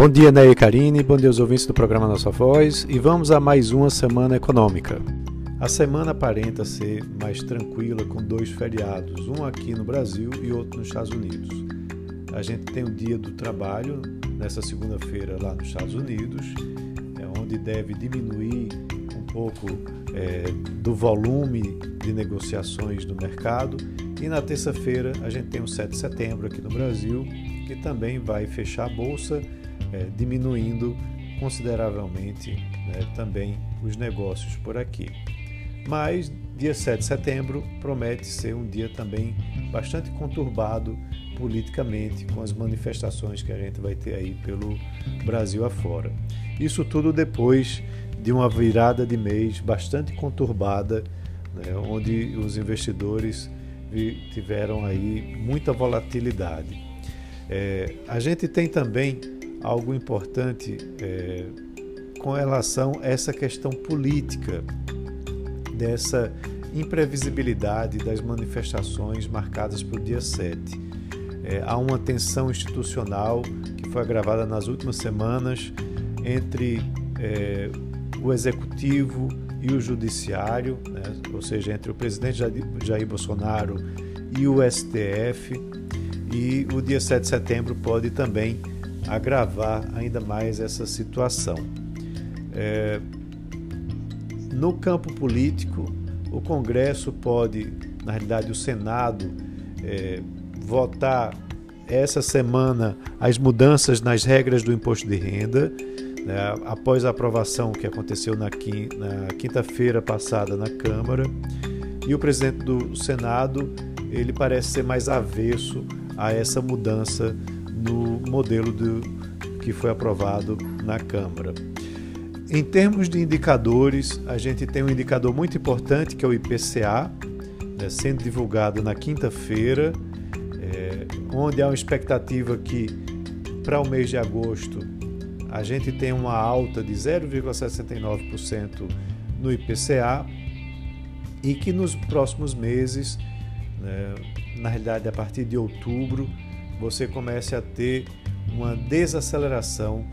Bom dia, Ney e Karine, bom dia aos ouvintes do programa Nossa Voz e vamos a mais uma semana econômica. A semana aparenta ser mais tranquila com 2 feriados, um aqui no Brasil e outro nos Estados Unidos. A gente tem o Dia do Trabalho nessa segunda-feira lá nos Estados Unidos, onde deve diminuir um pouco do volume de negociações do mercado. E na terça-feira a gente tem o 7 de setembro aqui no Brasil, que também vai fechar a bolsa, diminuindo consideravelmente também os negócios por aqui. Mas dia 7 de setembro promete ser um dia também bastante conturbado politicamente, com as manifestações que a gente vai ter aí pelo Brasil afora. Isso tudo depois de uma virada de mês bastante conturbada, onde os investidores tiveram aí muita volatilidade. A gente tem também algo importante com relação a essa questão política, dessa imprevisibilidade das manifestações marcadas para o dia 7. Há uma tensão institucional que foi agravada nas últimas semanas entre o Executivo e o Judiciário, ou seja, entre o presidente Jair Bolsonaro e o STF, e o dia 7 de setembro pode também agravar ainda mais essa situação. No campo político, o Congresso pode, na realidade o Senado, votar essa semana as mudanças nas regras do imposto de renda, após a aprovação que aconteceu na quinta-feira passada na Câmara. E o presidente do Senado, ele parece ser mais avesso a essa mudança no modelo que foi aprovado na Câmara. Em termos de indicadores, a gente tem um indicador muito importante que é o IPCA, sendo divulgado na quinta-feira, onde há uma expectativa que para o mês de agosto a gente tem uma alta de 0,69% no IPCA e que nos próximos meses, na realidade a partir de outubro, você comece a ter uma desaceleração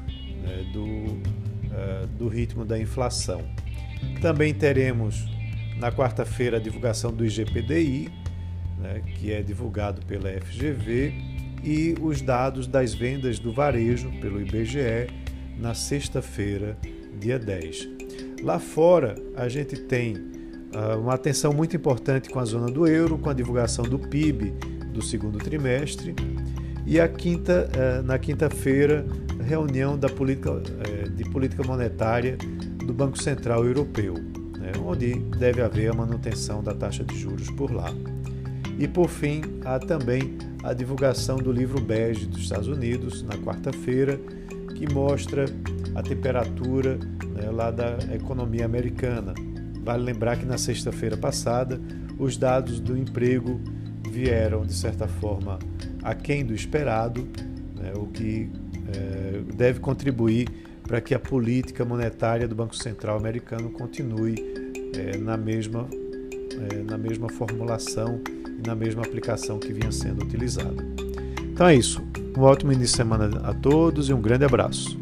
do ritmo da inflação. Também teremos na quarta-feira a divulgação do IGPDI, que é divulgado pela FGV, e os dados das vendas do varejo pelo IBGE na sexta-feira, dia 10. Lá fora, a gente tem uma atenção muito importante com a zona do euro, com a divulgação do PIB do segundo trimestre, e na quinta-feira, reunião de política monetária do Banco Central Europeu, onde deve haver a manutenção da taxa de juros por lá. E por fim, há também a divulgação do livro bege dos Estados Unidos na quarta-feira, que mostra a temperatura lá da economia americana. Vale lembrar que na sexta-feira passada os dados do emprego vieram, de certa forma, aquém do esperado, o que deve contribuir para que a política monetária do Banco Central americano continue na mesma formulação e na mesma aplicação que vinha sendo utilizada. Então é isso. Um ótimo início de semana a todos e um grande abraço.